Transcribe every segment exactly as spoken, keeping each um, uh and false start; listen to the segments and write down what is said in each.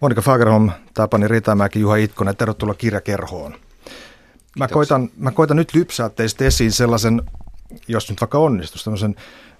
Monika Fagerholm, Tapani Riitamäki, Juha Itkonen, tervetuloa kirjakerhoon. Mä koitan, mä koitan nyt lypsää teistä esiin sellaisen, jos nyt vaikka onnistus, tämmöisen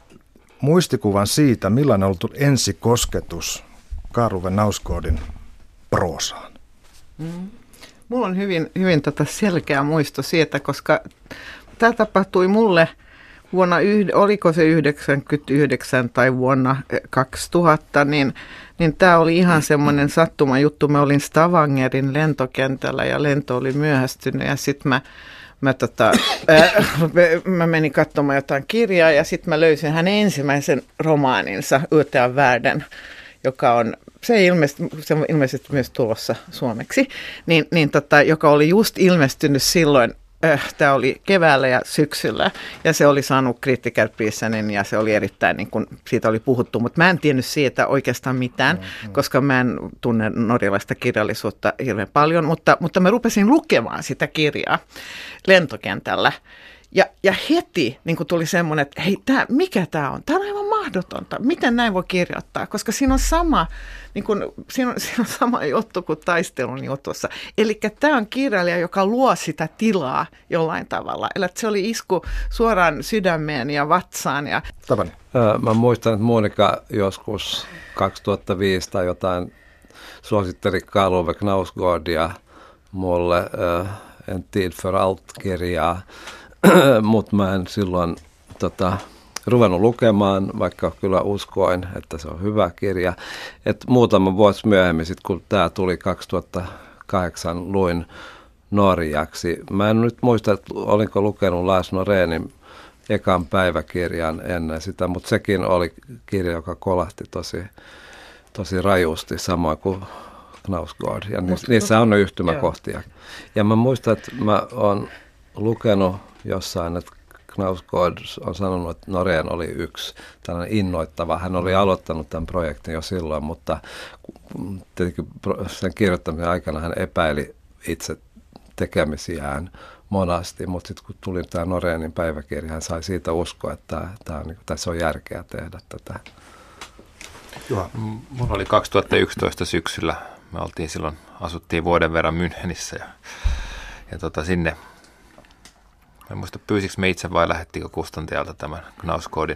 muistikuvan siitä, millainen on ollut ensikosketus Karl Ove Knausgårdin proosaan. Mm. Mulla on hyvin, hyvin tätä selkeä muisto siitä, koska tämä tapahtui mulle vuonna, oliko se yhdeksänkymmentäyhdeksän tai vuonna kaksituhatta, niin, niin tämä oli ihan semmoinen sattuma juttu. Mä olin Stavangerin lentokentällä ja lento oli myöhästynyt ja sitten mä, mä, tota, ää, mä menin katsomaan jotain kirjaa ja sitten mä löysin hänen ensimmäisen romaaninsa, Utean världen, joka on, se, ilmeisesti, se on ilmeisesti myös tulossa suomeksi, niin, niin tota, joka oli just ilmestynyt silloin. Tämä oli keväällä ja syksyllä ja se oli saanut Kritikerprisenin ja se oli erittäin, niin kuin siitä oli puhuttu, mutta mä en tiennyt siitä oikeastaan mitään, mm-hmm. koska mä en tunne norjalaista kirjallisuutta hirveän paljon, mutta, mutta mä rupesin lukemaan sitä kirjaa lentokentällä. Ja, ja heti niin kuin tuli semmoinen, että hei, tää, mikä tämä on? Tämä on aivan mahdotonta. Miten näin voi kirjoittaa? Koska siinä on sama, niin kuin, siinä on, siinä on sama juttu kuin taistelun jutussa. Eli tämä on kirjailija, joka luo sitä tilaa jollain tavalla. Eli se oli isku suoraan sydämeen ja vatsaan. Ja... Tapani. Mä muistan, että Monika joskus kaksituhattaviisi tai jotain suositteli Karl Ove Knausgårdia mulle En tid för allt-kirjaa. Mutta mä en silloin tota, ruvennut lukemaan, vaikka kyllä uskoin, että se on hyvä kirja. Et muutama vuosi myöhemmin, sit, kun tämä tuli kaksituhattakahdeksan, luin norjaksi. Mä en nyt muista, että olinko lukenut Lars Norénin ekan päiväkirjan ennen sitä, mutta sekin oli kirja, joka kolahti tosi, tosi rajusti, samoin kuin Knausgård. Ja niissä, niissä on yhtymäkohtia. Ja mä muistan, että mä oon lukenut jossain, että Knausgård on sanonut, että Norén oli yksi tällainen innoittava. Hän oli aloittanut tämän projektin jo silloin, mutta tietenkin sen kirjoittamisen aikana hän epäili itse tekemisiään monasti, mutta sitten kun tuli tämä Norénin päiväkirja, hän sai siitä uskoa, että tämä, tämä on, tässä on järkeä tehdä tätä. Juha. Mulla oli kaksituhattayksitoista syksyllä, me oltiin silloin, asuttiin vuoden verran Münchenissä ja, ja tota sinne, en muista pyysikö me itse vai lähettikö kustantajalta tämän Knausgårdin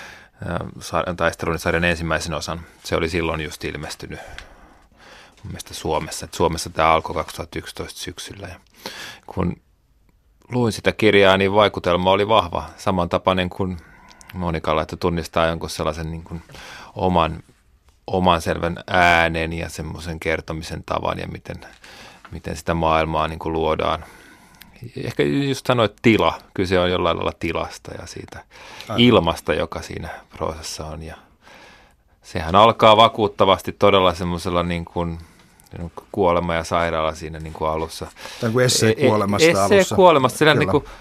äh, taistelun sarjan ensimmäisen osan. Se oli silloin just ilmestynyt mun mielestä Suomessa. Et Suomessa tämä alkoi kaksituhattayksitoista syksyllä ja kun luin sitä kirjaa, niin vaikutelma oli vahva, samantapainen kuin Monikalla, että tunnistaa jonkun sellaisen niin kuin oman, oman selvän äänen ja semmoisen kertomisen tavan ja miten, miten sitä maailmaa niin kuin luodaan. Ehkä just sanoit tila, kyse on jollain lailla tilasta ja siitä Aivan. ilmasta, joka siinä proosassa on. Ja sehän alkaa vakuuttavasti todella semmoisella niin kuin kuolema ja sairaala siinä niin kuin alussa. Tämä kuin essee kuolemasta e- alussa. Essee kuolemasta. Niin kuin,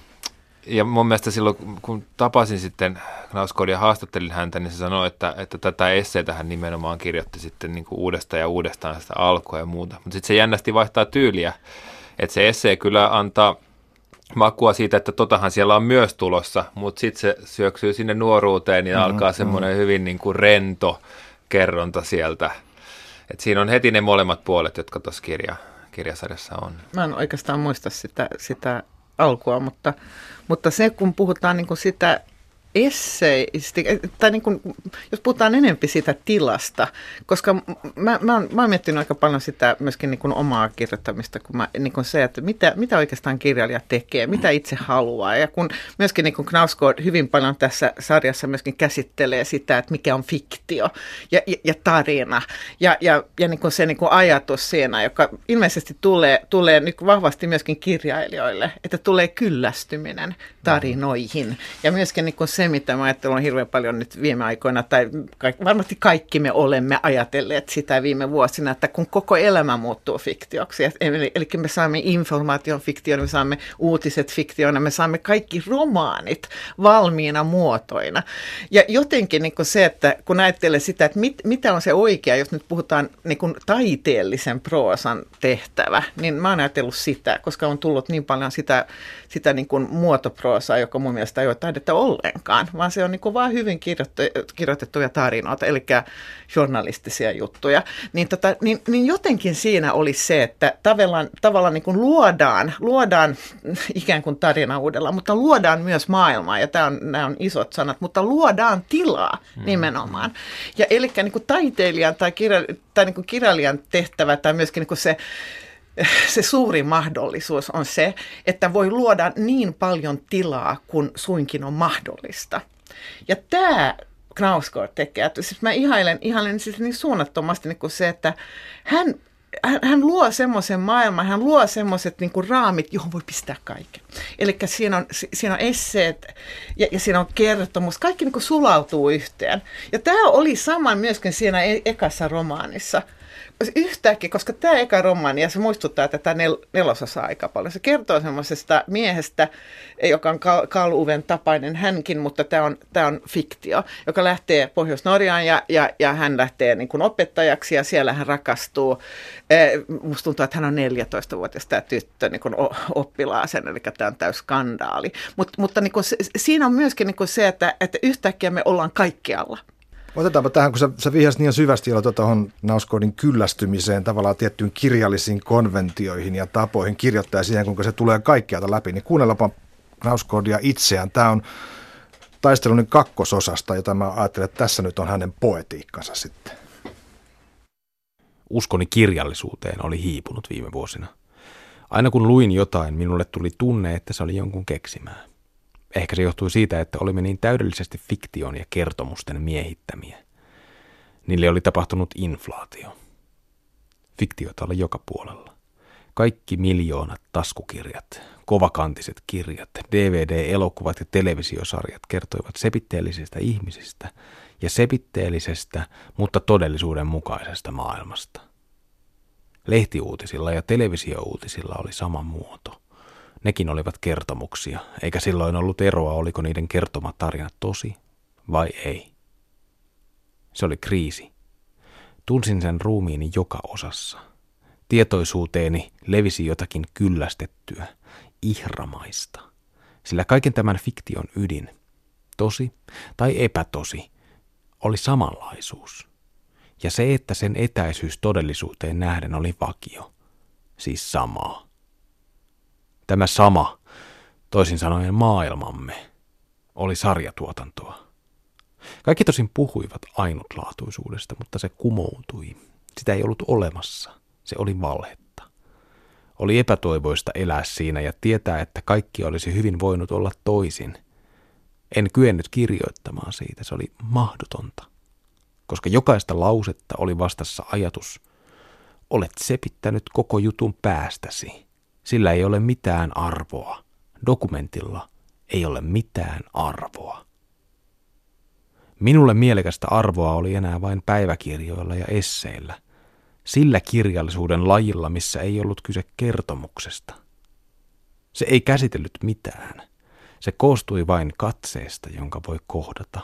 ja mun mielestä silloin, kun tapasin sitten Knausgårdia ja haastattelin häntä, niin se sanoi, että, että tätä esseetä hän nimenomaan kirjoitti sitten niin kuin uudestaan ja uudestaan sitä alkua ja muuta. Mutta sitten se jännästi vaihtaa tyyliä. Että se essee kyllä antaa makua siitä, että totahan siellä on myös tulossa, mutta sitten se syöksyy sinne nuoruuteen ja mm-hmm, alkaa semmoinen mm-hmm. hyvin niin kuin rento kerronta sieltä. Et siinä on heti ne molemmat puolet, jotka tuossa kirja, kirjasarjassa on. Mä en oikeastaan muista sitä, sitä alkua, mutta, mutta se kun puhutaan niin kuin sitä esseisti, tai niin kuin, jos puhutaan enemmän siitä tilasta, koska mä, mä, oon, mä oon miettinyt aika paljon sitä myöskin niin kuin omaa kirjoittamista, kun mä, niin kuin se, että mitä, mitä oikeastaan kirjailija tekee, mitä itse haluaa, ja kun myöskin niin kuin Knausgård hyvin paljon tässä sarjassa myöskin käsittelee sitä, että mikä on fiktio ja, ja, ja tarina, ja, ja, ja niin kuin se niin kuin ajatus siinä, joka ilmeisesti tulee, tulee nyt vahvasti myöskin kirjailijoille, että tulee kyllästyminen tarinoihin, ja myöskin niin kuin se, mitä mä ajattelen hirveän paljon nyt viime aikoina, tai varmasti kaikki me olemme ajatelleet sitä viime vuosina, että kun koko elämä muuttuu fiktioksi, eli, eli me saamme informaation fiktiona, me saamme uutiset fiktiona, me saamme kaikki romaanit valmiina muotoina. Ja jotenkin niin kuin se, että kun ajattelee sitä, että mit, mitä on se oikea, jos nyt puhutaan niin kuin taiteellisen proosan tehtävä, niin mä oon ajatellut sitä, koska on tullut niin paljon sitä, sitä niin kuin muotoproosaa, joka mun mielestä ei ole taidetta ollenkaan. ollenkaan, vaan se on niin kuin vaan hyvin kirjoittu, kirjoitettuja tarinoita, eli journalistisia juttuja. Niin, tota, niin, niin jotenkin siinä oli se, että tavallaan, tavallaan niin kuin luodaan, luodaan ikään kuin tarina uudella, mutta luodaan myös maailmaa, ja tämä on, nämä on isot sanat, mutta luodaan tilaa nimenomaan. Ja eli niin kuin taiteilijan tai, kirja, tai niin kuin kirjailijan tehtävä tai myöskin niin kuin se, se suuri mahdollisuus on se, että voi luoda niin paljon tilaa kuin suinkin on mahdollista. Ja tämä Knausgård tekee, että siis mä ihailen, ihailen siis niin suunnattomasti niin kuin se, että hän Hän, hän luo semmoisen maailman, hän luo semmoiset niin kuin raamit, johon voi pistää kaiken. Eli siinä on, siinä on esseet ja, ja siinä on kertomus, kaikki niin kuin sulautuu yhteen. Ja tämä oli sama myöskin siinä e- ekassa romaanissa. Yhtäkkiä, koska tämä eka romaani, ja se muistuttaa tätä nel- nelososaa aika paljon, se kertoo semmoisesta miehestä, joka on Karl Oven tapainen hänkin, mutta tämä on, tämä on fiktio, joka lähtee Pohjois-Norjaan ja, ja, ja hän lähtee niin kuin opettajaksi ja siellä hän rakastuu. Musta tuntuu, että hän on neljätoistavuotias tämä tyttö niin kuin oppilaasen, eli tämä on täys skandaali. Mut, mutta niin kuin se, siinä on myöskin niin kuin se, että, että yhtäkkiä me ollaan kaikkialla. Otetaanpa tähän, kun sä, sä vihjasit niin syvästi tuohon Knausgårdin kyllästymiseen tavallaan tiettyyn kirjallisiin konventioihin ja tapoihin kirjoittaa siihen, kuinka se tulee kaikkialta läpi, niin kuunnellaanpa Knausgårdia itseään. Tämä on taistelun kakkososasta, jota mä ajattelen, että tässä nyt on hänen poetiikkansa sitten. Uskoni kirjallisuuteen oli hiipunut viime vuosina. Aina kun luin jotain, minulle tuli tunne, että se oli jonkun keksimää. Ehkä se johtui siitä, että olimme niin täydellisesti fiktion ja kertomusten miehittämiä. Niille oli tapahtunut inflaatio. Fiktiota oli joka puolella. Kaikki miljoonat taskukirjat, kovakantiset kirjat, D V D-elokuvat ja televisiosarjat kertoivat sepitteellisistä ihmisistä ja sepitteellisestä, mutta todellisuuden mukaisesta maailmasta. Lehtiuutisilla ja televisiouutisilla oli sama muoto. Nekin olivat kertomuksia, eikä silloin ollut eroa, oliko niiden kertoma tarina tosi vai ei. Se oli kriisi. Tunsin sen ruumiini joka osassa. Tietoisuuteeni levisi jotakin kyllästettyä, ihramaista. Sillä kaiken tämän fiktion ydin, tosi tai epätosi, oli samanlaisuus. Ja se, että sen etäisyys todellisuuteen nähden oli vakio, siis samaa. Tämä sama, toisin sanoen maailmamme, oli sarjatuotantoa. Kaikki tosin puhuivat ainutlaatuisuudesta, mutta se kumoutui. Sitä ei ollut olemassa. Se oli valhetta. Oli epätoivoista elää siinä ja tietää, että kaikki olisi hyvin voinut olla toisin. En kyennyt kirjoittamaan siitä. Se oli mahdotonta. Koska jokaista lausetta oli vastassa ajatus, olet sepittänyt koko jutun päästäsi. Sillä ei ole mitään arvoa. Dokumentilla ei ole mitään arvoa. Minulle mielekästä arvoa oli enää vain päiväkirjoilla ja esseillä. Sillä kirjallisuuden lajilla, missä ei ollut kyse kertomuksesta. Se ei käsitellyt mitään. Se koostui vain katseesta, jonka voi kohdata.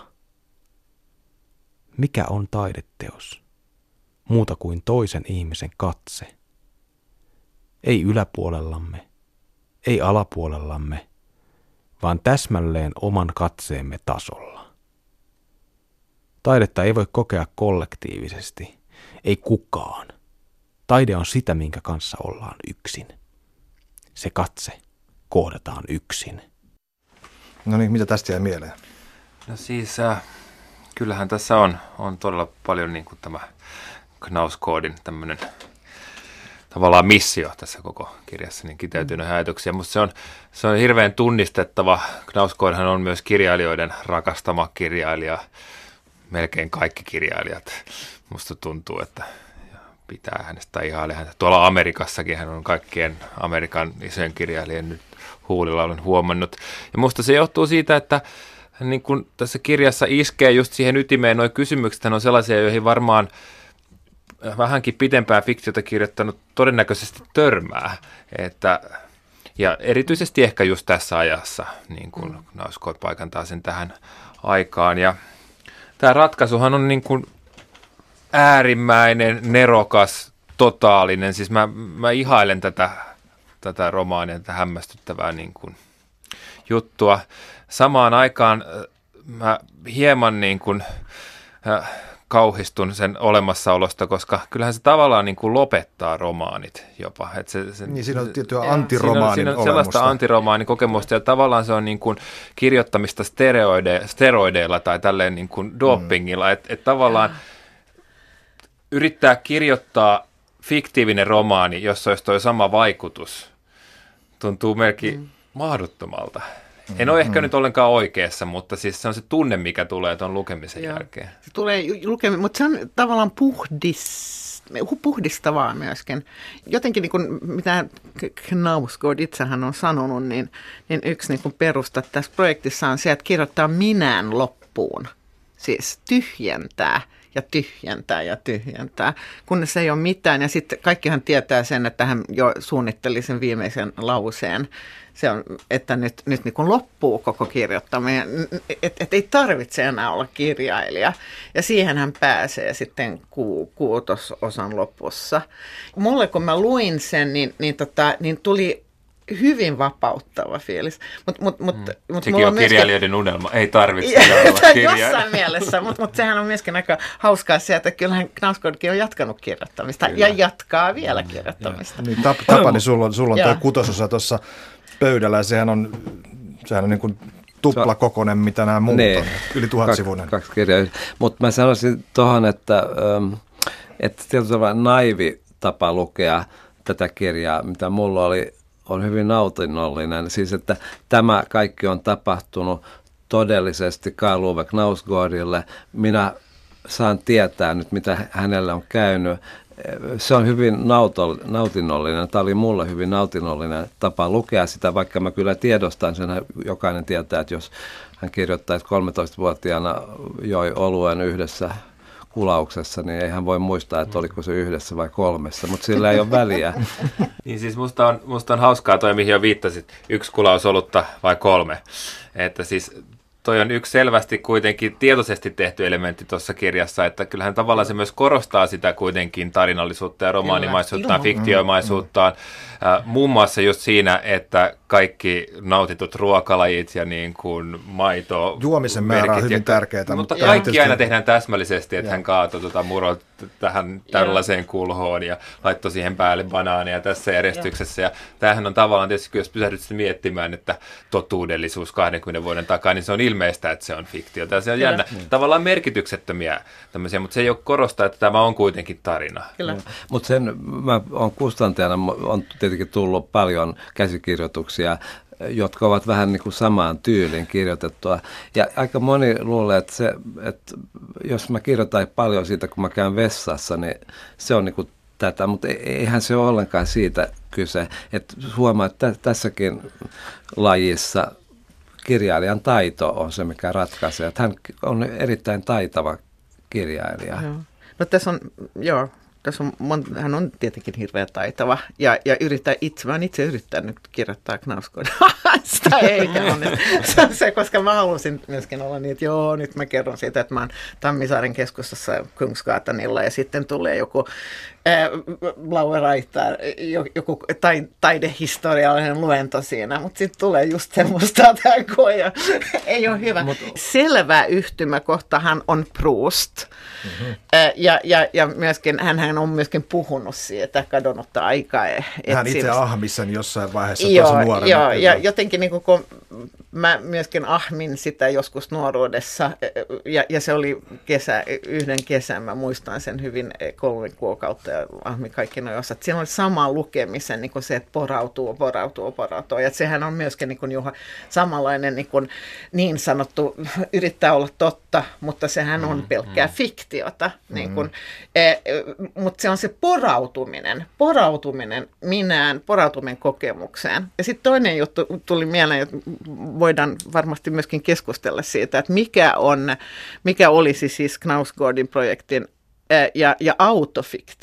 Mikä on taideteos? Muuta kuin toisen ihmisen katse. Ei yläpuolellamme, ei alapuolellamme, vaan täsmälleen oman katseemme tasolla. Taidetta ei voi kokea kollektiivisesti, ei kukaan. Taide on sitä, minkä kanssa ollaan yksin. Se katse kohdataan yksin. No niin, mitä tästä jäi mieleen? No siis, äh, kyllähän tässä on, on todella paljon niin kuin tämä Knausgårdin tämmöinen tavallaan missio tässä koko kirjassa, niin kiteytynyt ajatuksia. Mutta se on, se on hirveän tunnistettava. Knausgårdhan on myös kirjailijoiden rakastama kirjailija. Melkein kaikki kirjailijat. Musta tuntuu, että pitää hänestä ihailla häntä. Tuolla Amerikassakin hän on kaikkien Amerikan isojen kirjailijien nyt huulilla, olen huomannut. Ja musta se johtuu siitä, että niin kun tässä kirjassa iskee just siihen ytimeen nuo kysymykset, hän on sellaisia, joihin varmaan vähänkin pitempää fiktiota kirjoittanut todennäköisesti törmää. Että, ja erityisesti ehkä just tässä ajassa, niin kuin Knausgård paikantaa sen tähän aikaan. Ja tämä ratkaisuhan on niin kuin äärimmäinen, nerokas, totaalinen. Siis mä, mä ihailen tätä, tätä romaania, tätä hämmästyttävää niin kuin juttua. Samaan aikaan mä hieman niin kuin, äh, kauhistun sen olemassaolosta, koska kyllähän se tavallaan niin kuin lopettaa romaanit jopa. Et se, se, niin siinä on tiettyä antiromaanin siinä on, siinä on sellaista antiromaanin kokemusta, ja tavallaan se on niin kuin kirjoittamista steroide, steroideilla tai tälleen niin kuin dopingilla, mm. että et tavallaan yrittää kirjoittaa fiktiivinen romaani, jossa olisi tuo sama vaikutus, tuntuu melkein mm. mahdottomalta. En ole ehkä mm. nyt ollenkaan oikeassa, mutta siis se on se tunne, mikä tulee tuon lukemisen Joo. jälkeen. Se tulee lukeminen, mutta se on tavallaan puhdis, puhdistavaa myöskin. Jotenkin niin kuin, mitä Knausgård itsehän on sanonut, niin, niin yksi niin kuin perusta tässä projektissa on se, että kirjoittaa minään loppuun. Siis tyhjentää ja tyhjentää ja tyhjentää, kunnes ei ole mitään. Ja sitten kaikkihan tietää sen, että hän jo suunnitteli sen viimeisen lauseen. Se on, että nyt, nyt niin kuin loppuu koko kirjoittaminen, että et ei tarvitse enää olla kirjailija. Ja siihen hän pääsee sitten ku, kuutososan lopussa. Mulle kun mä luin sen, niin, niin, tota, niin tuli hyvin vapauttava fiilis. Mut, mut, mut, mm. mut Sekin on myöskin kirjailijoiden unelma. Ei tarvitse olla kirjailija. Jossain mielessä, mutta mut sehän on myöskin aika hauskaa se, että kyllähän Knausgårdkin on jatkanut kirjoittamista Kyllä. ja jatkaa vielä mm. kirjoittamista. Niin, tap, Tapani, sulla on, sulla on tuo kutososa tuossa pöydällä, ja sehän on, sehän on niin kuin tuplakokoinen, mitä nämä muut niin, on, yli tuhatsivuinen. Kaksi kirjaa. Mutta mä sanoisin tuohon, että, että tietysti tavalla naivi tapa lukea tätä kirjaa, mitä mulla oli, on hyvin nautinnollinen. Siis, että tämä kaikki on tapahtunut todellisesti Karl Ove Knausgårdille. Minä saan tietää nyt, mitä hänelle on käynyt. Se on hyvin nautinnollinen. Tämä oli mulle hyvin nautinnollinen tapa lukea sitä, vaikka mä kyllä tiedostan sen. Jokainen tietää, että jos hän kirjoittaa, että kolmetoistavuotiaana joi oluen yhdessä kulauksessa, niin ei hän voi muistaa, että oliko se yhdessä vai kolmessa, mutta sillä ei ole väliä. Niin siis musta on, musta on hauskaa toi, mihin jo viittasit, yksi kulaus olutta vai kolme. Että siis toi on yksi selvästi kuitenkin tietoisesti tehty elementti tuossa kirjassa, että kyllähän tavallaan se myös korostaa sitä kuitenkin tarinallisuutta ja romaanimaisuuttaan, fiktioimaisuuttaan. Äh, muun muassa just siinä, että kaikki nautitut ruokalajit ja niin kuin maito... Juomisen määrä on hyvin tärkeää. Mutta, mutta kaikki tietysti aina tehdään täsmällisesti, että ja. hän kaatoi tuota murot tähän tällaiseen kulhoon ja laittoi siihen päälle banaaneja tässä järjestyksessä. Ja. Ja tämähän on tavallaan tietysti, jos pysähdyt miettimään, että totuudellisuus kahdenkymmenen vuoden takaa, niin se on ilmeistä, että se on fiktiota. Se on Kyllä. jännä. Mm. Tavallaan merkityksettömiä tämmöisiä, mutta se ei ole korostaa, että tämä on kuitenkin tarina. Mm. Mutta sen, mä olen kustantajana, on tietenkin tullut paljon käsikirjoituksia, jotka ovat vähän niin kuin samaan tyyliin kirjoitettua. Ja aika moni luulee, että, se, että jos mä kirjoitan paljon siitä, kun mä käyn vessassa, niin se on niin kuin tätä, mutta eihän se ole ollenkaan siitä kyse. Että huomaa, että tässäkin lajissa kirjailijan taito on se, mikä ratkaisee. Että hän on erittäin taitava kirjailija. Joo. No tässä on, joo. Tässä on, hän on tietenkin hirveän taitava ja, ja yrittää itse, mä oon itse yrittänyt kirjoittaa Knausgårdia. Sitä eikä ole. Se on se, koska mä halusin myöskin olla niin, että joo, nyt mä kerron siitä, että mä oon Tammisaaren keskustassa Kungsgatanilla ja sitten tulee joku äh, Blaue Reiter, joku tai, taidehistoriallinen luento siinä, mutta sitten tulee just semmoista taikoa ja ei ole hyvä. Mut, selvä yhtymäkohtahan on Proust. Mm-hmm. Äh, ja, ja, ja myöskin hän on myöskin puhunut siitä kadonnutta aikaa. Hän itse ahmi sen jossain vaiheessa joo, tosi nuorena. Joo, ja jotenkin niin kun mä myöskin ahmin sitä joskus nuoruudessa, ja, ja se oli kesä, yhden kesän, mä muistan sen hyvin kolme kuukautta, ja ahmin kaikki nuo osat. Siinä oli sama lukemisen, niin kuin se, että porautuu, porautuu, porautuu, ja sehän on myöskin niin kuin Juha, samanlainen niin, kuin, niin sanottu, yrittää olla totta, mutta sehän on pelkkää fiktiota, niin kuin, eh, mutta se on se porautuminen, porautuminen minään, porautuminen kokemukseen. Ja sitten toinen juttu tuli mieleen, että voidaan varmasti myöskin keskustella siitä, että mikä, on, mikä olisi siis Knausgårdin projektin ää, ja, ja autofiktin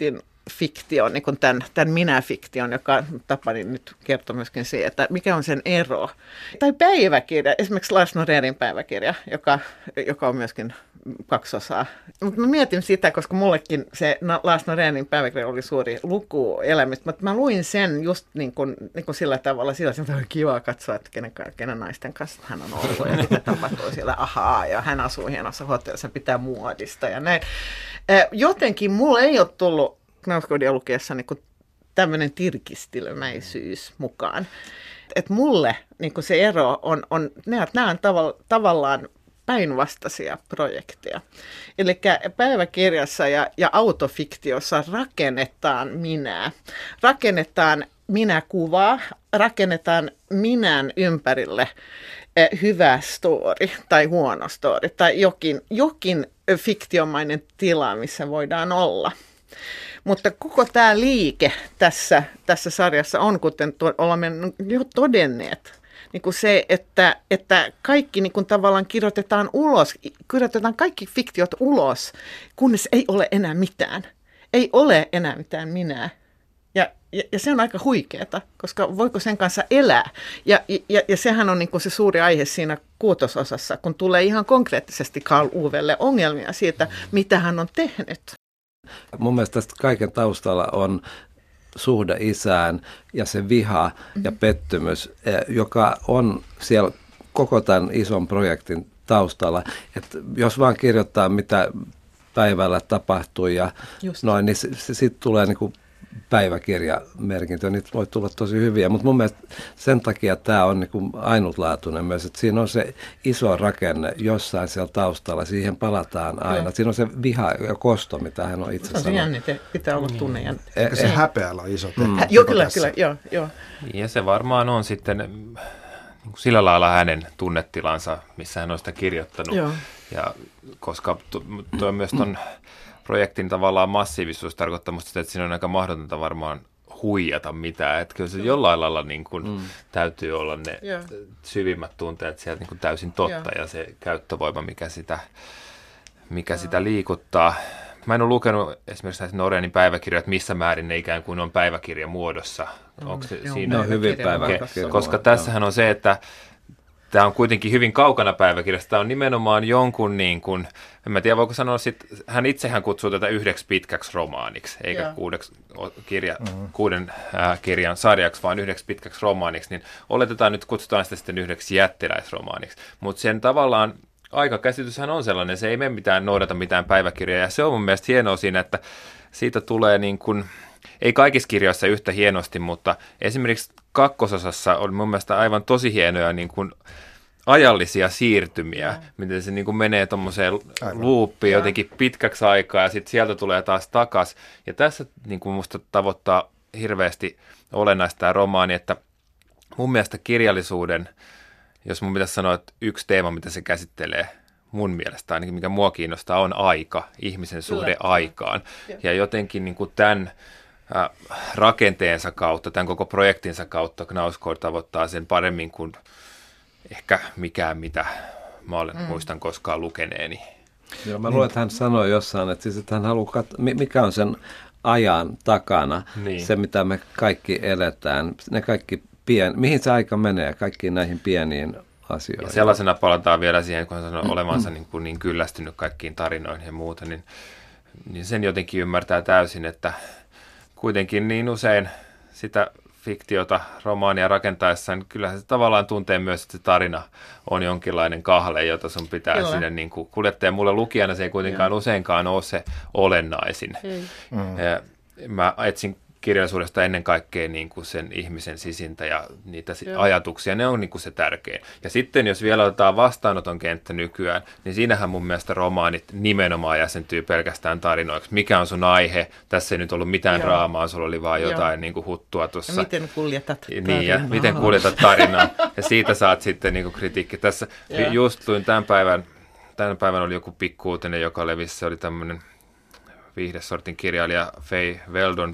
fiktion, niin kuin tämän, tämän minä-fiktion, joka Tapani nyt kertoi myöskin siitä, että mikä on sen ero. Tai päiväkirja, esimerkiksi Lars Norerin päiväkirja, joka, joka on myöskin kaksi osaa. Mutta mä mietin sitä, koska mullekin se Lars Norerin päiväkirja oli suuri luku elämistä, mutta mä luin sen just niin kuin, niin kuin sillä tavalla, sillä tavalla, että kivaa katsoa, että kenen, kenen naisten kanssa hän on ollut ja mitä tapahtuu siellä, ahaa, ja hän asuu hienossa hotellissa, pitää muodista ja näin. Jotenkin mulle ei ole tullut Knausgårdia lukiessa niin tämmöinen tirkistelmäisyys mukaan. Et mulle niin se ero on, on nämä on tavalla, tavallaan päinvastaisia projekteja. Eli päiväkirjassa ja, ja autofiktiossa rakennetaan minää. Rakennetaan minäkuvaa, rakennetaan minän ympärille eh, hyvä story tai huono story tai jokin, jokin fiktiomainen tila, missä voidaan olla. Mutta koko tämä liike tässä, tässä sarjassa on, kuten tuo, olemme jo todenneet, niin kuin se, että, että kaikki niin kuin tavallaan kirjoitetaan ulos, kirjoitetaan kaikki fiktiot ulos, kunnes ei ole enää mitään. Ei ole enää mitään minää. Ja, ja, ja se on aika huikeeta, koska voiko sen kanssa elää? Ja, ja, ja sehän on niin kuin se suuri aihe siinä kuutososassa, kun tulee ihan konkreettisesti Karl Ovelle ongelmia siitä, mitä hän on tehnyt. Mun mielestä tästä kaiken taustalla on suhde isään ja se viha ja pettymys, joka on siellä koko tämän ison projektin taustalla. Että jos vaan kirjoittaa, mitä päivällä tapahtui ja Just. noin, niin sitten sit tulee niinku päiväkirjamerkintöjä, niitä voi tulla tosi hyviä, mutta mun mielestä sen takia tämä on niinku ainutlaatuinen myös, että siinä on se iso rakenne jossain siellä taustalla, siihen palataan aina. Joo. Siinä on se viha ja kosto, mitä hän on itse sanonut. Se on jännite, pitää olla tunne jännite. Ehkä se häpeällä on iso tekijä. Mm. Joo, kyllä, kyllä, joo, joo. Ja se varmaan on sitten sillä lailla hänen tunnetilansa, missä hän on sitä kirjoittanut. Joo. Ja koska tuo myös ton projektin tavallaan massiivisuus tarkoittaa musta sitä, että siinä on aika mahdotonta varmaan huijata mitään. Että kyllä se jollain lailla niin kuin mm. täytyy olla ne yeah. syvimmät tunteet sieltä niin kuin täysin totta yeah. ja se käyttövoima, mikä sitä, mikä yeah. sitä liikuttaa. Mä en ole lukenut esimerkiksi näitä Norenin päiväkirjoja, että missä määrin ne ikään kuin on päiväkirjan muodossa. Mm. Onko se Joo, siinä? No, hyvin päiväkirja. Koska tässähän on se, että tämä on kuitenkin hyvin kaukana päiväkirjasta. Tämä on nimenomaan jonkun, niin kuin, en mä tiedä voiko sanoa, sit, hän itsehän kutsuu tätä yhdeksi pitkäksi romaaniksi, eikä yeah. kuudeksi kirja, mm-hmm. kuuden äh, kirjan sarjaksi, vaan yhdeksi pitkäksi romaaniksi. Niin oletetaan nyt, kutsutaan sitä sitten yhdeksi jättiläisromaaniksi. Mutta sen tavallaan aikakäsityshän on sellainen, se ei mene mitään noudata mitään päiväkirjaa. Ja se on mun mielestä hienoa siinä, että siitä tulee niin kuin, ei kaikissa kirjoissa yhtä hienosti, mutta esimerkiksi kakkososassa on mun mielestä aivan tosi hienoja niin kuin ajallisia siirtymiä, ja. miten se niin kuin menee tuommoiseen luuppiin jotenkin pitkäksi aikaa ja sitten sieltä tulee taas takas. Ja tässä niin kuin musta tavoittaa hirveästi olennaista tämä romaani, että mun mielestä kirjallisuuden, jos mun pitäisi sanoa, että yksi teema, mitä se käsittelee, mun mielestä ainakin, mikä mua kiinnostaa, on aika, ihmisen suhde Kyllä. aikaan. Ja, ja jotenkin niin kuin tämän äh, rakenteensa kautta, tämän koko projektinsa kautta Knausgård tavoittaa sen paremmin kuin ehkä mikään, mitä mä olen, mm. muistan koskaan lukeneeni. Joo, mä luulen, että hän sanoi jossain, että, siis, että hän haluaa katsoa, mikä on sen ajan takana, niin. se mitä me kaikki eletään, ne kaikki pien, mihin se aika menee, kaikkiin näihin pieniin asioihin. Ja sellaisena palataan vielä siihen, kun hän sanoo olevansa niin, kuin niin kyllästynyt kaikkiin tarinoihin ja muuta, niin, niin sen jotenkin ymmärtää täysin, että kuitenkin niin usein sitä fiktiota, romaania rakentaessaan, kyllähän se tavallaan tuntee myös, että se tarina on jonkinlainen kahle, jota sun pitää Kyllä. sinne niin kuin kuljettaa. Mulle lukijana se ei kuitenkaan Joo. useinkaan ole se olennaisin. Mm. Mä etsin kirjallisuudesta ennen kaikkea niin kuin sen ihmisen sisintä ja niitä Joo. ajatuksia, ne on niin kuin se tärkein. Ja sitten jos vielä otetaan vastaanoton kenttä nykyään, niin siinähän mun mielestä romaanit nimenomaan jäsentyy pelkästään tarinoiksi. Mikä on sun aihe? Tässä ei nyt ollut mitään Joo. draamaa, sulla oli vaan jotain niin kuin huttua tuossa. Ja miten kuljetat tarinaa. Niin, ja miten kuljetat tarinaa. Ja siitä saat sitten niin kuin kritiikki. Tässä Joo. just luin tämän päivän, tämän päivän oli joku pikkuutinen, joka levisi, se oli tämmöinen viihdesortin kirjailija Faye Weldon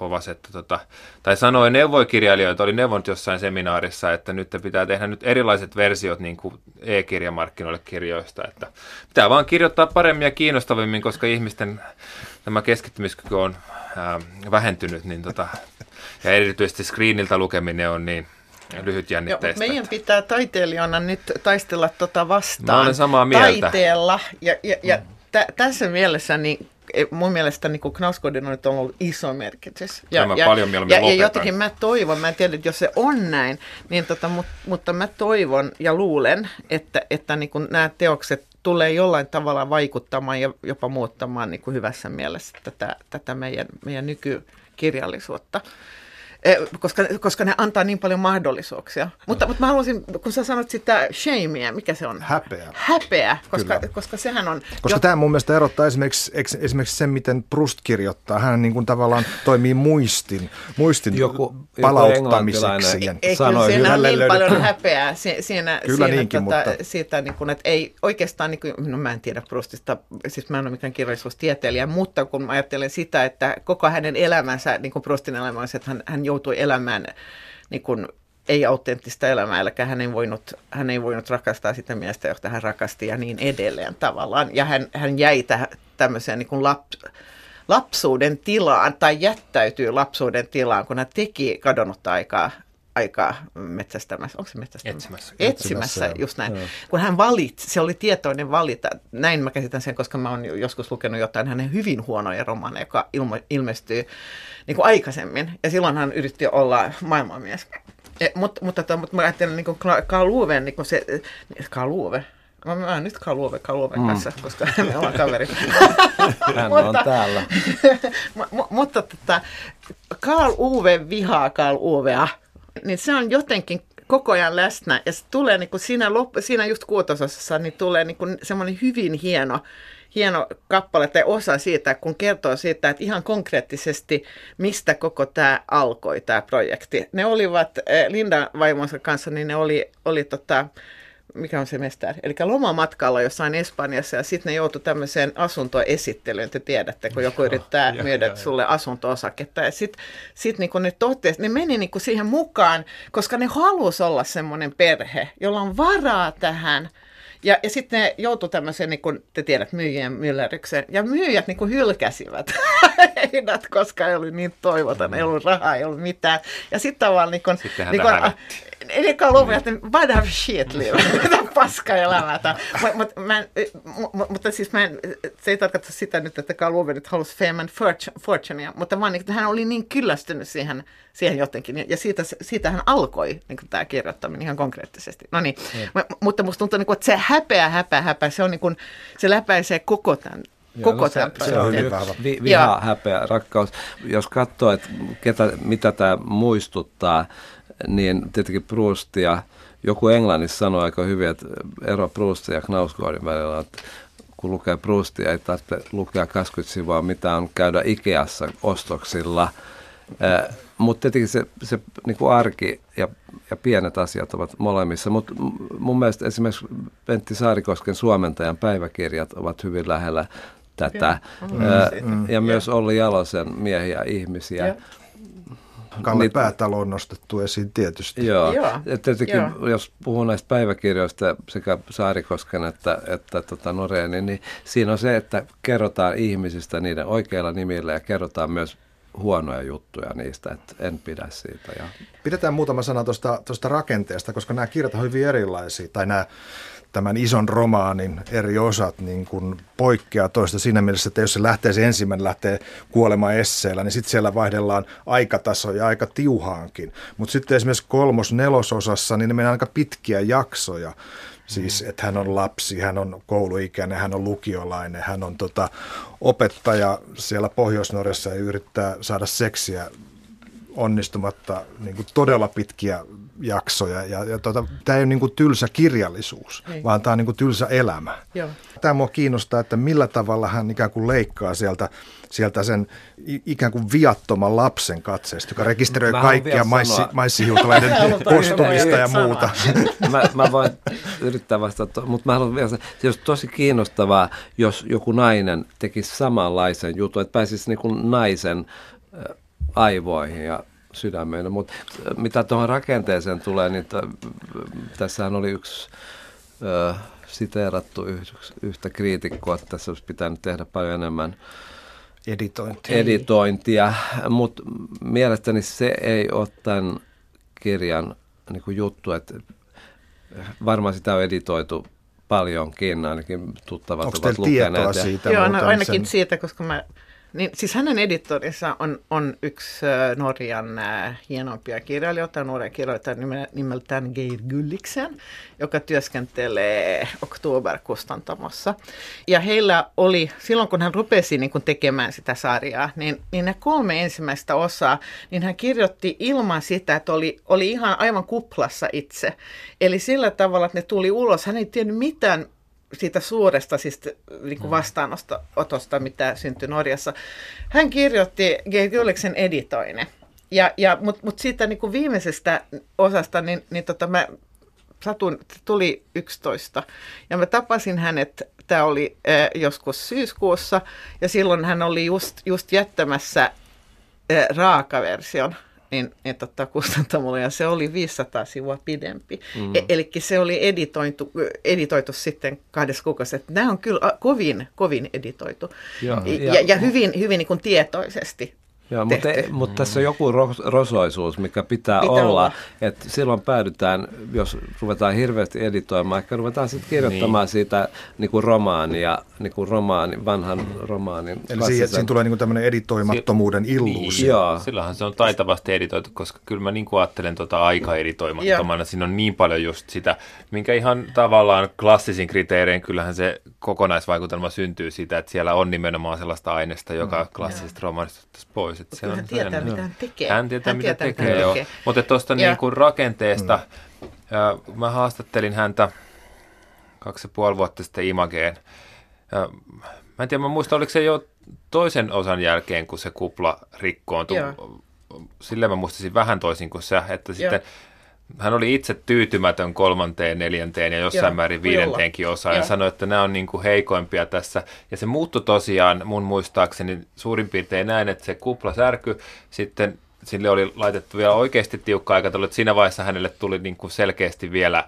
povasi, että tota, tai sanoi neuvoi kirjailijoita, oli neuvonut jossain seminaarissa, että nyt pitää tehdä nyt erilaiset versiot niin kuin e-kirjamarkkinoille kirjoista, että pitää vaan kirjoittaa paremmin ja kiinnostavimmin, koska ihmisten tämä keskittymiskyky on ää, vähentynyt, niin tota, ja erityisesti screeniltä lukeminen on niin lyhytjännitteistä. Joo, meidän pitää taiteilijana nyt taistella tota vastaan. Mä olen samaa mieltä. Taiteella. Ja, ja, ja mm. t- tässä mielessä niin mun mielestä niin Knausgårdilla on nyt ollut iso merkitys. Ja, Tämä ja, paljon mieluummin ja, ja lopetan. jotenkin mä toivon, mä en tiedä, että jos se on näin, niin tota, mut, mutta mä toivon ja luulen, että, että niin kuin nämä teokset tulee jollain tavalla vaikuttamaan ja jopa muuttamaan niin kuin hyvässä mielessä tätä, tätä meidän, meidän nykykirjallisuutta. Koska, koska ne antaa niin paljon mahdollisuuksia. Mutta, mutta mä haluaisin, kun sä sanot sitä shameä, mikä se on? Häpeä. Häpeä, koska, koska sehän on... Koska jo... tämä mun mielestä erottaa esimerkiksi, esimerkiksi sen, miten Proust kirjoittaa. Hän niin kuin tavallaan toimii muistin, muistin joku, palauttamiseksi. Joku ei, kyllä siinä on niin löydetty. Paljon häpeää siinä, kyllä siinä niinkin, tota, mutta... siitä, niin kuin, että ei oikeastaan, niin kuin, no mä en tiedä Proustista, siis mä en ole mikään kirjallisuustieteilijä, mutta kun mä ajattelen sitä, että koko hänen elämänsä, niin kuin Proustin elämä on se, että hän, hän joutui elämään niin kuin ei-autenttista elämää, eli hän ei voinut, hän ei voinut rakastaa sitä miestä, jota hän rakasti ja niin edelleen tavallaan. Ja hän, hän jäi täh, tämmöiseen niin kuin lap, lapsuuden tilaan tai jättäytyy lapsuuden tilaan, kun hän teki kadonnutta aikaa, aikaa metsästämässä. Onko se metsästämässä? Etsimässä. Etsimässä, Etsimässä just näin. Joo. Kun hän valitsi, se oli tietoinen valita. Näin mä käsitän sen, koska mä oon joskus lukenut jotain hänen hyvin huonoja romaaneja, joka ilmo, ilmestyy niin kuin aikaisemmin. Ja silloin hän yritti olla maailmanmies. E, mutta, mutta, to, mutta mä ajattelen niin kuin Carl Uven, niin kuin se, Carl Uve. Mä, mä nyt Carl Uve, Carl Uven mm. kanssa, koska me ollaan kaveri. Hän on täällä. Mutta tota, Carl Uve vihaa Carl Uvea. Niin se on jotenkin koko ajan läsnä ja se tulee niin kuin siinä, lop- siinä just kuutososassa niin tulee niin kuin semmoinen hyvin hieno, hieno kappale tai osa siitä, kun kertoo siitä, että ihan konkreettisesti mistä koko tämä alkoi, tämä projekti. Ne olivat Linda vaimonsa kanssa, niin ne oli, oli tota, mikä on se mestari, eli lomamatkalla jossain Espanjassa ja sitten ne joutui tämmöiseen asuntoesittelyyn, te tiedätte, kun joku yrittää ja, myydä ja, sulle asunto-osaketta ja sitten sit niinku ne totesi, ne meni niinku siihen mukaan, koska ne halusi olla semmoinen perhe, jolla on varaa tähän. Ja, ja sitten ne joutui tämmöiseen, niin kuin te tiedät, myyjien myllerrykseen. Ja myyjät niin kuin hylkäsivät heidät, koska ei ollut niin toivotan, ei ollut rahaa, ei ollut mitään. Ja sitten tavallaan niin kuin... Sitten häntä hävetti. Niin kuin luvuja, että why do I have shit live? Mitä paskaa elämää. Mutta mut, mut, siis mä en, se ei tarkoita sitä nyt, että Carl Ove nyt halusi fame and fortunea, mutta vaan että hän oli niin kyllästynyt siihen, siihen jotenkin. Ja siitä, siitä hän alkoi niin tämä kirjoittaminen ihan konkreettisesti. No niin, mm. mutta musta tuntuu, että se häpeä, häpeä, häpeä, se on niin kuin, se läpäisee koko tämän. Joo, koko no tämän se, se on hyvin vahva. Vi, viha, häpeä, rakkaus. Jos katsoo, että ketä, mitä tämä muistuttaa, niin tietenkin Proustia, joku Englannissa sanoi aika hyvin, että ero Proustin ja Knausgårdin välillä, että kun lukee Proustia, ei tarvitse lukea kaksikymmentä sivua, mitä on käydä Ikeassa ostoksilla. Eh, mutta tietenkin se, se niin kuin arki ja, ja pienet asiat ovat molemmissa. Mutta mun mielestä esimerkiksi Pentti Saarikosken Suomentajan päiväkirjat ovat hyvin lähellä tätä. Eh, mm. Ja myös Olli Jalosen Miehiä ihmisiä. Ja. Kalle niin, Päätalo on nostettu esiin tietysti. Joo, ja tietenkin joo. Jos puhun näistä päiväkirjoista sekä Saarikosken että, että tota Noreenin, niin siinä on se, että kerrotaan ihmisistä niiden oikeilla nimillä ja kerrotaan myös huonoja juttuja niistä, että en pidä siitä. Ja. Pidetään muutama sana tuosta rakenteesta, koska nämä kirjat on hyvin erilaisia, tai nämä tämän ison romaanin eri osat niin kuin poikkeaa toista siinä mielessä, että jos se lähtee, se ensimmäinen lähtee kuolema esseellä, niin sitten siellä vaihdellaan aikatasoja aika tiuhaankin. Mutta sitten esimerkiksi kolmos nelososassa, niin ne menee aika pitkiä jaksoja. Siis, että hän on lapsi, hän on kouluikäinen, hän on lukiolainen, hän on tota, opettaja siellä Pohjois-Norjassa ja yrittää saada seksiä onnistumatta niin kuin todella pitkiä jaksoja. Ja, ja tota, tämä ei ole niin kuin tylsä kirjallisuus, ei. vaan tämä on niin kuin tylsä elämä. Joo. Tämä mua kiinnostaa, että millä tavalla hän ikään kuin leikkaa sieltä, sieltä sen ikään kuin viattoman lapsen katseesta, joka rekisteröi mä kaikkia maissi, maissihiutaleiden kostumista ja muuta. mä, mä voin yrittää vastata, mutta mä haluan vielä sanoa, se olisi tosi kiinnostavaa, jos joku nainen tekisi samanlaisen jutun, että pääsisi niin kuin naisen aivoihin ja sydämeen. Mutta mitä tuohon rakenteeseen tulee, niin t- tässähän oli yksi ö, siteerattu yh- yhtä kriitikkoa, että tässä olisi pitänyt tehdä paljon enemmän editointia, editointia mutta mielestäni se ei ole tämän kirjan niin kuin juttu, että varmaan sitä on editoitu paljonkin, ainakin tuttavat Onko ovat lukeneet. Onko teillä tietoa siitä? Joo, no, ainakin sen... siitä, koska mä, niin, siis hänen editorissa on, on yksi äh, Norjan äh, hienompia kirjailijoita, nuoren kirjailijoita nimeltään Geir Gulliksen, joka työskentelee Oktober-kustantamossa. Ja heillä oli, silloin kun hän rupesi niin kun tekemään sitä sarjaa, niin, niin ne kolme ensimmäistä osaa, niin hän kirjoitti ilman sitä, että oli, oli ihan aivan kuplassa itse. Eli sillä tavalla, että ne tuli ulos, hän ei tiennyt mitään siitä suuresta siis, niin kuin vastaanotosta, mitä syntyi Norjassa. Hän kirjoitti Geir Gulliksen editoinen. Ja, ja, Mutta mut siitä niin kuin viimeisestä osasta, niin, niin tota, mä satun, tuli yksitoista. Ja mä tapasin hänet, tämä oli äh, joskus syyskuussa, ja silloin hän oli just, just jättämässä äh, raakaversion. Niin, niin tota, kustantamolla, ja se oli viisisataa sivua pidempi. Mm. E- eli se oli editoitu, editoitu sitten kahdessa kuukaudessa. Nämä on kyllä kovin, kovin editoitu. Ja, ja, ja, ja hyvin, hyvin niin kuin tietoisesti. Joo, mutta, mutta tässä on joku rosoisuus, mikä pitää, pitää olla, olla. Että silloin päädytään, jos ruvetaan hirveästi editoimaan, ehkä ruvetaan sitten kirjoittamaan niin. siitä niin kuin romaania, niin kuin romaani, vanhan romaanin. Eli siihen, siinä tulee niin kuin tämmöinen editoimattomuuden si- illuusio. Niin. Silloinhan se on taitavasti editoitu, koska kyllä mä niin kuin ajattelen tuota aika-editoimattomana. Siinä on niin paljon just sitä, minkä ihan tavallaan klassisin kriteerein, kyllähän se kokonaisvaikutelma syntyy siitä, että siellä on nimenomaan sellaista aineesta, joka mm. klassisesta romaanista pois. Se on hän tietää, sen, mitä hän tekee. Hän tietää, hän mitä tietää, tekee, joo. tekee. Mutta tuosta niinku rakenteesta, mm. ja mä haastattelin häntä kaksi ja puoli vuotta sitten Imageen. Ja mä en tiedä, mä muistan, oliko se jo toisen osan jälkeen, kun se kupla rikkoontui. Silleen mä muistasin vähän toisin kuin se, että sitten joo. hän oli itse tyytymätön kolmanteen, neljänteen ja jossain Joo, määrin viidenteenkin osaan ja sanoi, että nämä on niin kuin heikoimpia tässä. Ja se muuttui tosiaan mun muistaakseni suurin piirtein näin, että se kupla särky, sitten sille oli laitettu vielä oikeasti tiukka aikataulu, että siinä vaiheessa hänelle tuli niin kuin selkeästi vielä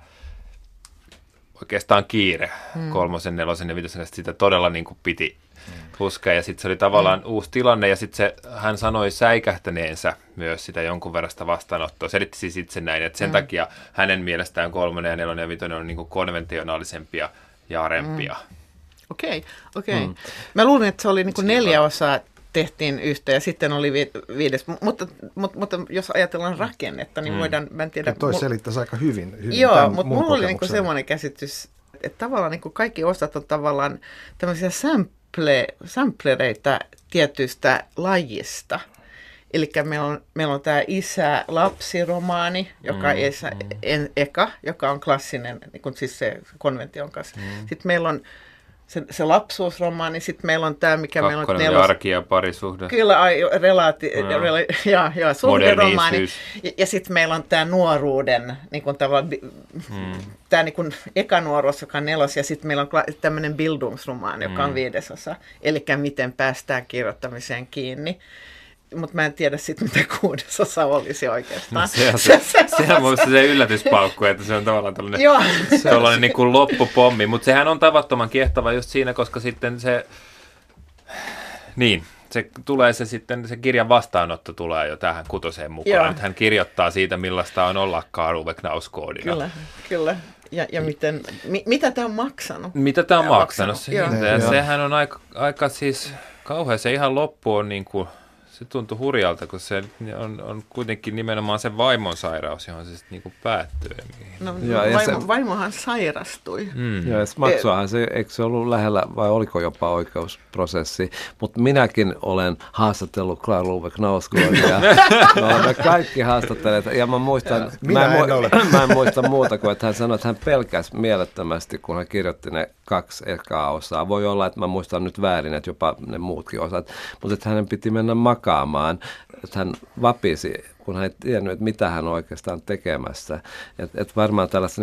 oikeastaan kiire hmm. kolmosen, nelosen ja viitosen, että sitä todella niin kuin piti puskea. Ja sitten se oli tavallaan hmm. uusi tilanne ja sitten se, hän sanoi säikähtäneensä myös sitä jonkun verran sitä vastaanottoa. Selitti siis itse näin, että sen hmm. takia hänen mielestään kolmonen ja nelonen ja viitonen on niin kuin konventionaalisempia ja arempia. Okei, hmm. okei. Okay, okay. hmm. Mä luulin, että se oli niin kuin neljä osaa tehtiin yhtä ja sitten oli vi- viides. Mutta, mutta, mutta jos ajatellaan rakennetta, niin mm. voidaan, mä en tiedä. Ja toi mul... selittäisi aika hyvin. hyvin Joo, mutta mulla oli niinku semmoinen käsitys, että tavallaan niinku kaikki osat on tavallaan tämmöisiä sample, samplereita tietystä lajista. Eli meillä on, meillä on tämä isä-lapsi-romaani, joka mm, isä, mm. en, eka, joka on klassinen, niin kuin siis se konvention kanssa. Mm. Sitten meillä on Se, se lapsuusromaani, sitten meillä on tämä, mikä Kakkonen meillä on... Kakkonen arki ja parisuhde. Kyllä, ai, relaati, no. rela, ja, ja suhderomaani. Ja, ja sitten meillä on tämä nuoruuden, niin kuin tavallaan, hmm. tämä niin kuin ekanuoruus, joka on nelos, ja sitten meillä on tämmöinen bildungsromaani, joka on hmm. viidesosa. Eli miten päästään kirjoittamiseen kiinni. Mutta mä en tiedä sitten, mitä kuudesosa olisi oikeastaan. No, sehän se, se, sehän on se yllätyspaukku, että se on tavallaan tällainen, tällainen niin kuin loppupommi. Mutta sehän on tavattoman kiehtova just siinä, koska sitten se, niin, se tulee se sitten, se kirjan vastaanotto tulee jo tähän kutoseen mukaan. Nyt hän kirjoittaa siitä, millaista on olla Karl Knausgårdina. Kyllä, kyllä. Ja, ja miten, mi, mitä tämä on maksanut? Mitä tämä on maksanut? maksanut. Se, ja sehän on aika, aika siis kauhean, se ihan loppu on niin kuin... Se tuntui hurjalta, kun se on, on kuitenkin nimenomaan se vaimon sairaus, johon se sitten niinku päättyy. No, no vaimo, se, vaimohan sairastui. Mm. Joo, ja maksuahan se, eikö se ollut lähellä, vai oliko jopa oikeusprosessi? Mutta minäkin olen haastatellut Karl Ove Knausgårdia. Me olemme kaikki haastatteleet, ja mä muistan, Minä mä, en en ole. mä en muista muuta kuin, että hän sanoi, että hän pelkäsi mielettömästi, kun hän kirjoitti ne kaksi ekaa osaa. Voi olla, että mä muistan nyt väärin, että jopa ne muutkin osat, mutta että hänen piti mennä makaamaan, että hän vapisi, kun hän ei tiennyt, että mitä hän on oikeastaan tekemässä. Että et varmaan tällaista niin kuin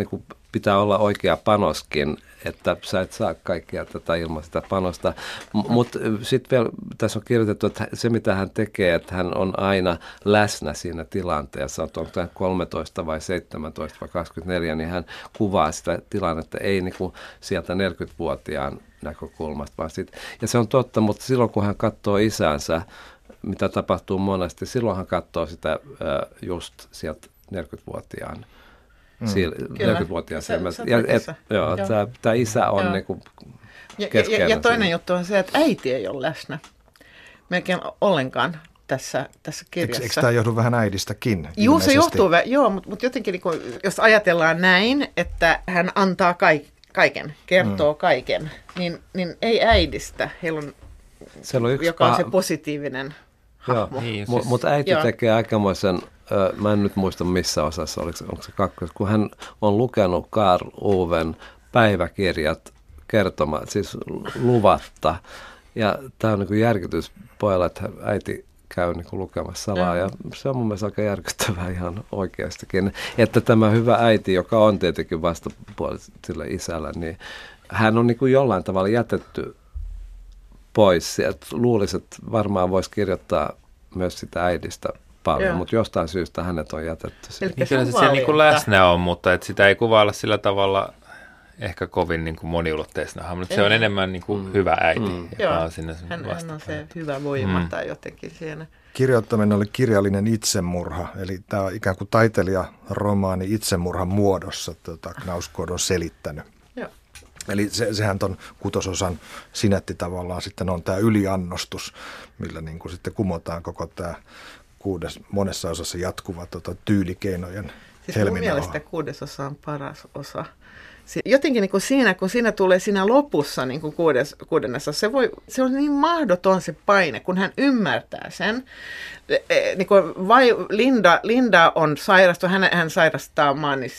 pitää olla oikea panoskin, että sä et saa kaikkea tätä ilman sitä panosta. M- Mutta sitten vielä tässä on kirjoitettu, että se mitä hän tekee, että hän on aina läsnä siinä tilanteessa, onko tämä kolmetoista vai seitsemäntoista vai kaksikymmentäneljä, niin hän kuvaa sitä tilannetta ei niin kuin sieltä neljäkymmentävuotiaan näkökulmasta, vaan sit, ja se on totta, mutta silloin kun hän katsoo isänsä, mitä tapahtuu monesti, silloin hän katsoo sitä just sieltä neljäkymmentävuotiaan. Mm. neljäkymmentävuotiaan silmästä. Ja, et, joo, joo. Tämä, tämä isä on joo. Niinku keskeinen. Ja, ja, ja toinen juttu on se, että äiti ei ole läsnä melkein ollenkaan tässä, tässä kirjassa. Eikö, eikö tämä johdu vähän äidistäkin? Joo, se johtuu, joo, mutta, mutta jotenkin niin kuin, jos ajatellaan näin, että hän antaa kaik, kaiken, kertoo mm. kaiken, niin, niin ei äidistä. Heillä on, se on yksi joka on se positiivinen hahmo. Niin, siis, mutta äiti joo. tekee aikamoisen... Mä en nyt muista missä osassa, oliko se, onko se kakkos, kun hän on lukenut Karl Oven päiväkirjat kertomaan, siis luvatta. Ja tämä on niin kuin järkytys pojalla, että äiti käy niin kuin lukemassa salaa. Ja se on mun mielestä aika järkyttävää ihan oikeastikin. Että tämä hyvä äiti, joka on tietenkin vastapuoli sille isällä, niin hän on niin kuin jollain tavalla jätetty pois. Et luulisi, että varmaan voisi kirjoittaa myös sitä äidistä paljon, mutta jostain syystä hänet on jätetty. Niin kyllä se siellä niin kuin läsnä on, mutta et sitä ei kuvailla sillä tavalla ehkä kovin niin kuin moniulotteisena, mutta se on enemmän niin kuin mm. hyvä äiti. Mm. Joo, on sinne hän, hän on se hyvä voima mm. tai jotenkin siinä. Kirjoittaminen oli kirjallinen itsemurha, eli tämä on ikään kuin taiteilijaromaani itsemurhan muodossa, tuota, Knausgård on selittänyt. Joo. Eli se, sehän ton kutososan sinetti tavallaan sitten on tämä yliannostus, millä niin kuin sitten kumotaan koko tämä kuudes, monessa osassa jatkuva tota, tyylikeinojen siis helminaho. Mun mielestä kuudesosa on paras osa. Jotenkin niin kuin siinä, kun siinä tulee siinä lopussa niin kuin kuudes, kuudennessa, se, voi, se on niin mahdoton se paine, kun hän ymmärtää sen. Niin kuin vai, Linda, Linda on sairastunut, hän, hän sairastaa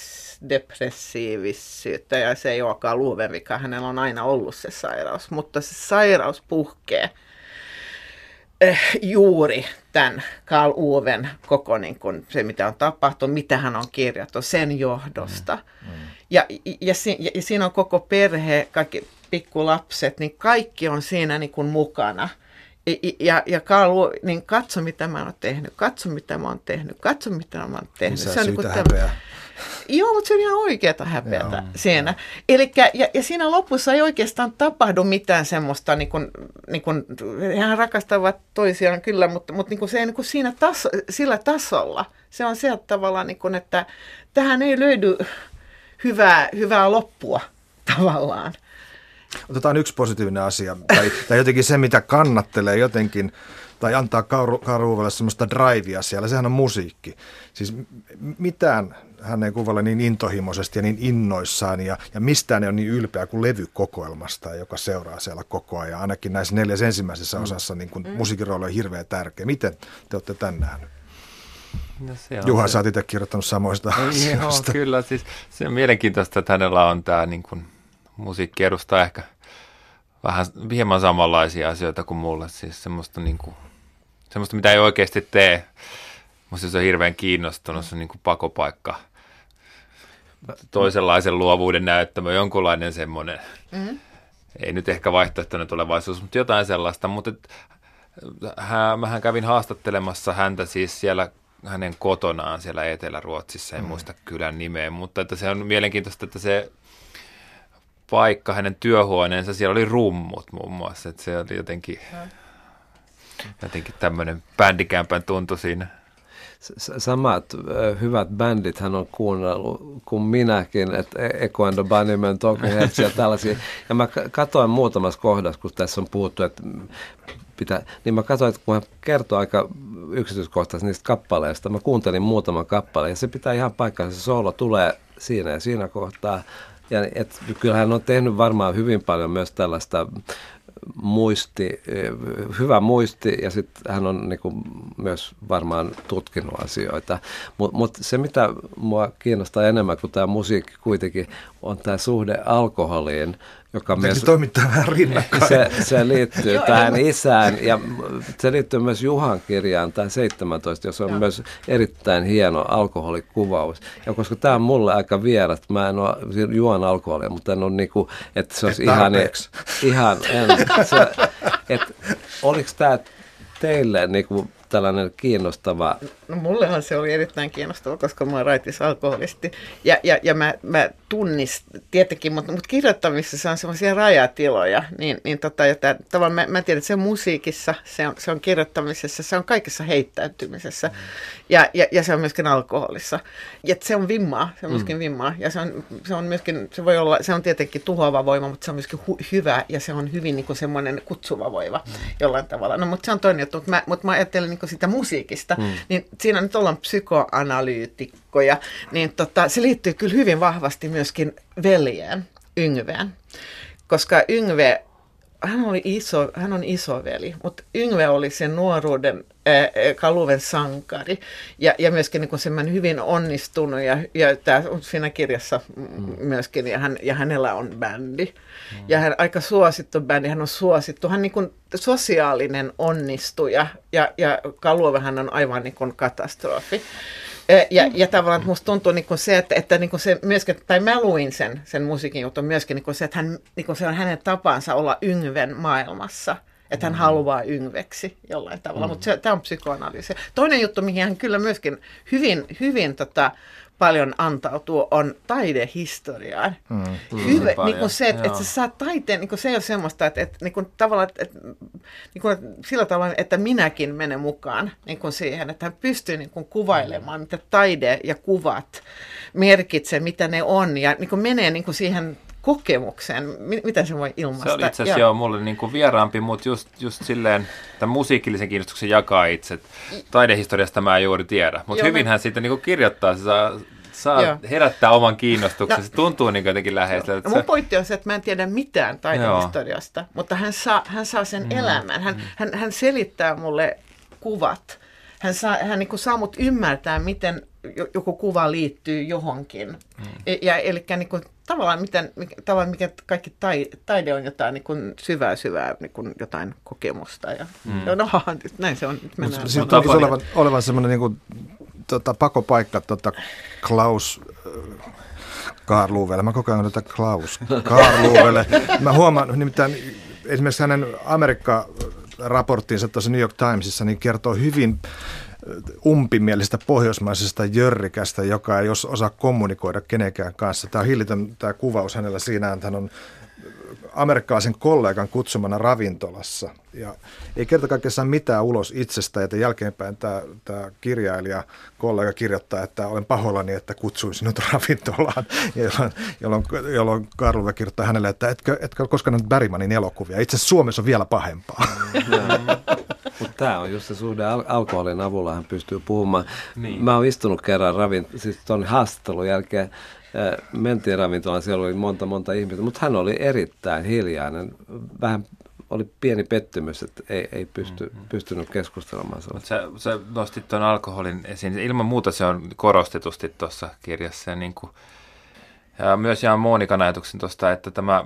maanisdepressiivisyyttä ja se ei olekaan luoven vika, hänellä on aina ollut se sairaus, mutta se sairaus puhkee juuri tämän Karl Oven koko niin kuin se, mitä on tapahtunut, mitä hän on kirjoittanut sen johdosta. Mm, mm. Ja, ja, ja, ja siinä on koko perhe, kaikki pikkulapset, niin kaikki on siinä niin kuin mukana. Ja, ja, ja Karl, niin katso mitä mä oon tehnyt, katso mitä mä oon tehnyt, katso mitä mä oon tehnyt. Lisää se on syytä niin häpeää. Joo, mutta se on ihan oikeata häpeätä siinä. Elikkä, ja, ja siinä lopussa ei oikeastaan tapahdu mitään semmoista, niin kuin, niin kuin, hehän rakastavat toisiaan kyllä, mutta, mutta niin kuin se ei niin kuin siinä taso, sillä tasolla. Se on sieltä tavallaan, niin kuin, että tähän ei löydy hyvää, hyvää loppua tavallaan. Otetaan yksi positiivinen asia, tai, tai jotenkin se, mitä kannattelee jotenkin, tai antaa Karl Ovelle semmoista drivea siellä, sehän on musiikki. Siis mitään hän ei kuvaile niin intohimoisesti ja niin innoissaan, ja, ja mistään ei ole niin ylpeä kuin levykokoelmasta, joka seuraa siellä koko ajan. Ainakin näissä neljäs ensimmäisessä mm. osassa niin kun mm. musiikin rooli on hirveän tärkeä. Miten te olette tän nähneet? No Juha, sä oot itse kirjoittanut samoista no, asioista. Joo, kyllä. Siis se on mielenkiintoista, että hänellä on tämä niin kun, musiikki edustaa ehkä vähän hieman samanlaisia asioita kuin mulle. Siis semmoista, niin kuin, semmoista mitä ei oikeasti tee. Musta se on hirveän kiinnostunut, se on niin kuin pakopaikka. Toisenlaisen luovuuden näyttämö, jonkunlainen semmoinen, mm-hmm. ei nyt ehkä vaihtoehtoinen tulevaisuus, mutta jotain sellaista. Mutta hän, mähän kävin haastattelemassa häntä siis siellä hänen kotonaan siellä Etelä-Ruotsissa, en mm. muista kylän nimeä, mutta että se on mielenkiintoista, että se paikka, hänen työhuoneensa, siellä oli rummut muun muassa, että se oli jotenkin, mm. jotenkin tämmöinen bändikämpän tuntu siinä. Samat äh, hyvät bändit hän on kuunnellut kuin minäkin, että Echo and the Bunnymen, Talking Heads ja tällaisia. Ja mä katsoin muutamassa kohdassa, kun tässä on puhuttu, että pitää, niin mä katsoin, että kun hän kertoo aika yksityiskohtaisesti niistä kappaleista, mä kuuntelin muutaman kappaleen ja se pitää ihan paikkansa, se soolo tulee siinä ja siinä kohtaa. Ja et, kyllä hän on tehnyt varmaan hyvin paljon myös tällaista muisti, hyvä muisti ja sitten hän on niinku myös varmaan tutkinut asioita. Mutta mut se, mitä mua kiinnostaa enemmän kuin tämä musiikki kuitenkin, on tämä suhde alkoholiin, joka myös... myös... toimittaa vähän rinnakkain. Se, se liittyy tähän isään ja se liittyy myös Juhan kirjaan, tämä seitsemäntoista, jossa on Joo. myös erittäin hieno alkoholikuvaus. Ja koska tämä on mulle aika vieras, mä en ole juon alkoholia, mutta en ole niin kuin, että se olisi ihan... ihan en, se, että oliko tämä teille niin kuin tällainen kiinnostava? No mullehan se oli erittäin kiinnostava, koska mä oon raitis alkoholisti. Ja, ja, ja mä, mä tunnistin tietenkin, mutta, mutta kirjoittamisessa on semmoisia rajatiloja. Niin, niin tota, ja tää, tavallaan mä, mä tiedän, että se on musiikissa, se on, se on kirjoittamisessa, se on kaikessa heittäytymisessä. Mm. Ja, ja, ja se on myöskin alkoholissa. Ja se on vimmaa, se on myöskin mm. vimmaa. Ja se on, se on myöskin, se voi olla, se on tietenkin tuhoava voima, mutta se on myöskin hu- hyvä ja se on hyvin niin kuin semmoinen kutsuva voima mm. jollain tavalla. No mutta se on toinen juttu, mutta mä, mutta mä ajattelen niin sitä musiikista, mm. niin siinä nyt ollaan psykoanalyytikkoja, niin tota, se liittyy kyllä hyvin vahvasti myöskin veljeen, Yngveen, koska Yngve, hän, oli iso, hän on isoveli, mutta Yngve oli sen nuoruuden ää, Kaluven sankari ja, ja myöskin niin semmoinen hyvin onnistunut ja, ja tämä on siinä kirjassa mm. myöskin ja, hän, ja hänellä on bändi mm. ja hän aika suosittu bändi, hän on suosittu, hän niin kuin sosiaalinen onnistuja ja, ja Kaluvehan on aivan niin kuin katastrofi. Ja, ja tavallaan että musta tuntuu niin kuin se, että, että niin kuin se myöskin, tai mä luin sen, sen musiikin jutun myöskin niin kuin se, että hän, niin kuin se on hänen tapansa olla Yngven maailmassa. Että hän mm. haluaa Yngveksi jollain tavalla, mm. mutta tämä on psykoanalyysi. Toinen juttu, mihin hän kyllä myöskin hyvin, hyvin tota, paljon antautuu, on taidehistoriaan. Mm. Hyvä, niin kuin se, että, että sä saat taiteen, niin kuin se ei ole semmoista, että, että, niin kuin tavallaan, että, että, niin kuin, sillä tavalla, että minäkin menen mukaan niin kuin siihen, että hän pystyy niin kuin kuvailemaan, mitä taide ja kuvat merkitsee, mitä ne on, ja niin kuin menee niin kuin siihen kokemukseen. Miten se voi ilmaista? Se oli itse asiassa joo, mulle niin kuin vieraampi, mutta just, just silleen tämän musiikillisen kiinnostuksen jakaa itse. Taidehistoriasta mä en juuri tiedä, mutta hyvinhän siitä niin kuin kirjoittaa, se saa, saa herättää oman kiinnostuksen. No, se tuntuu niin jotenkin läheiseltä. No, mun pointti on se, että mä en tiedä mitään taidehistoriasta, joo. mutta hän saa, hän saa sen mm. elämän. Hän, mm. hän, hän selittää mulle kuvat. Hän saa, hän niin kuin saa mut ymmärtää, miten joku kuva liittyy johonkin. Mm. Ja, eli niin kuin, tavallaan, miten, tavallaan mikä kaikki taide on jotain niin kuin syvää syvää niin kuin jotain kokemusta. Ja, mm. ja no näin se on. Mutta siinä tuntuu olevan, olevan semmoinen niin kuin, tota, pakopaikka tota, Klaus äh, Karluvelle. Mä koko ajan tätä Klaus Karluvelle. Mä huomaan nimittäin esimerkiksi hänen Amerikka-raporttinsa tuossa New York Timesissa niin kertoo hyvin umpimielisestä pohjoismaisesta jörrikästä, joka ei osaa kommunikoida kenenkään kanssa. Tämä on hillitön tämä kuvaus hänellä siinä, että hän on amerikkalaisen kollegan kutsumana ravintolassa. Ja ei kerta kaikkiaan saa mitään ulos itsestään, että jälkeenpäin tämä, tämä kirjailija, kollega kirjoittaa, että olen pahoillani, että kutsuin sinut ravintolaan, jolloin, jolloin, jolloin Karluve kirjoittaa hänelle, että etkö, etkö koskaan nähnyt Bergmanin elokuvia. Itse asiassa Suomessa on vielä pahempaa. Mutta tämä on just se suhde al- alkoholin avulla hän pystyy puhumaan. Niin. Mä oon istunut kerran ravint- siis tuon haastattelun jälkeen äh, mentiin ravintolaan, siellä oli monta monta ihmistä, mutta hän oli erittäin hiljainen. Vähän oli pieni pettymys, että ei, ei pysty, mm-hmm. pystynyt keskustelemaan sellaista. Sä, sä nostit tuon alkoholin esiin. Ilman muuta se on korostetusti tuossa kirjassa. Ja, niin kuin, ja myös jaan Monikan ajatuksen tuosta, että tämä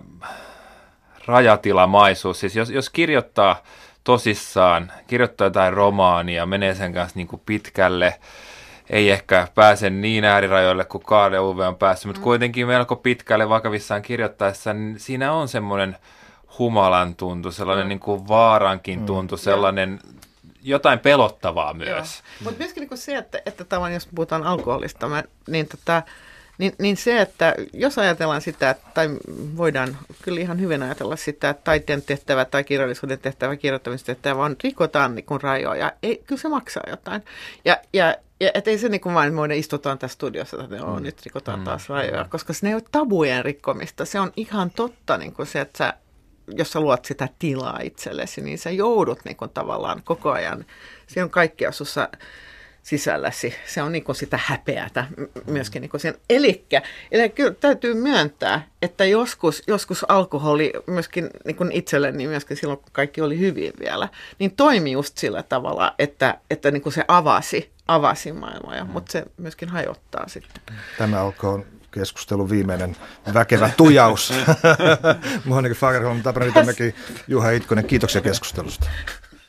rajatilamaisuus, siis jos, jos kirjoittaa tosissaan, kirjoittaa jotain romaania, menee sen kanssa niin kuin pitkälle, ei ehkä pääse niin äärirajoille kuin Kaare Uwe on päässyt, mutta kuitenkin melko pitkälle vakavissaan kirjoittaessa, niin siinä on semmoinen humalan tuntu, sellainen niin kuin vaarankin tuntu, sellainen jotain pelottavaa myös. Mutta myöskin niin kuin se, että, että tavan, jos puhutaan alkoholista, mä, niin tota, Niin, niin se, että jos ajatellaan sitä, tai voidaan kyllä ihan hyvin ajatella sitä, että taiteen tehtävä tai kirjallisuuden tehtävä, kirjoittamistehtävä on, rikotaan niin kuin rajoja. Ei, kyllä se maksaa jotain. Ja, ja, ja et ei se niin kuin vain, että me istutaan tässä studiossa, että mm. nyt rikotaan taas rajoja, koska se ei ole tabujen rikkomista. Se on ihan totta niin kuin se, että sä, jos sä luot sitä tilaa itsellesi, niin sä joudut niin kuin tavallaan koko ajan, siinä on kaikkea sussa sisälläsi. Se on niin kuin sitä häpeätä myöskin. Niin kuin sen. Elikkä, eli kyllä täytyy myöntää, että joskus, joskus alkoholi myöskin niin kuin itselleni, myöskin silloin kun kaikki oli hyvin vielä, niin toimi just sillä tavalla, että, että niin kuin se avasi, avasi maailmaa, mm. mutta se myöskin hajottaa sitten. Tämä olkoon keskustelun viimeinen väkevä tujaus. Monika Fagerholm, Tapani Riihimäki, Juha Itkonen, kiitoksia keskustelusta.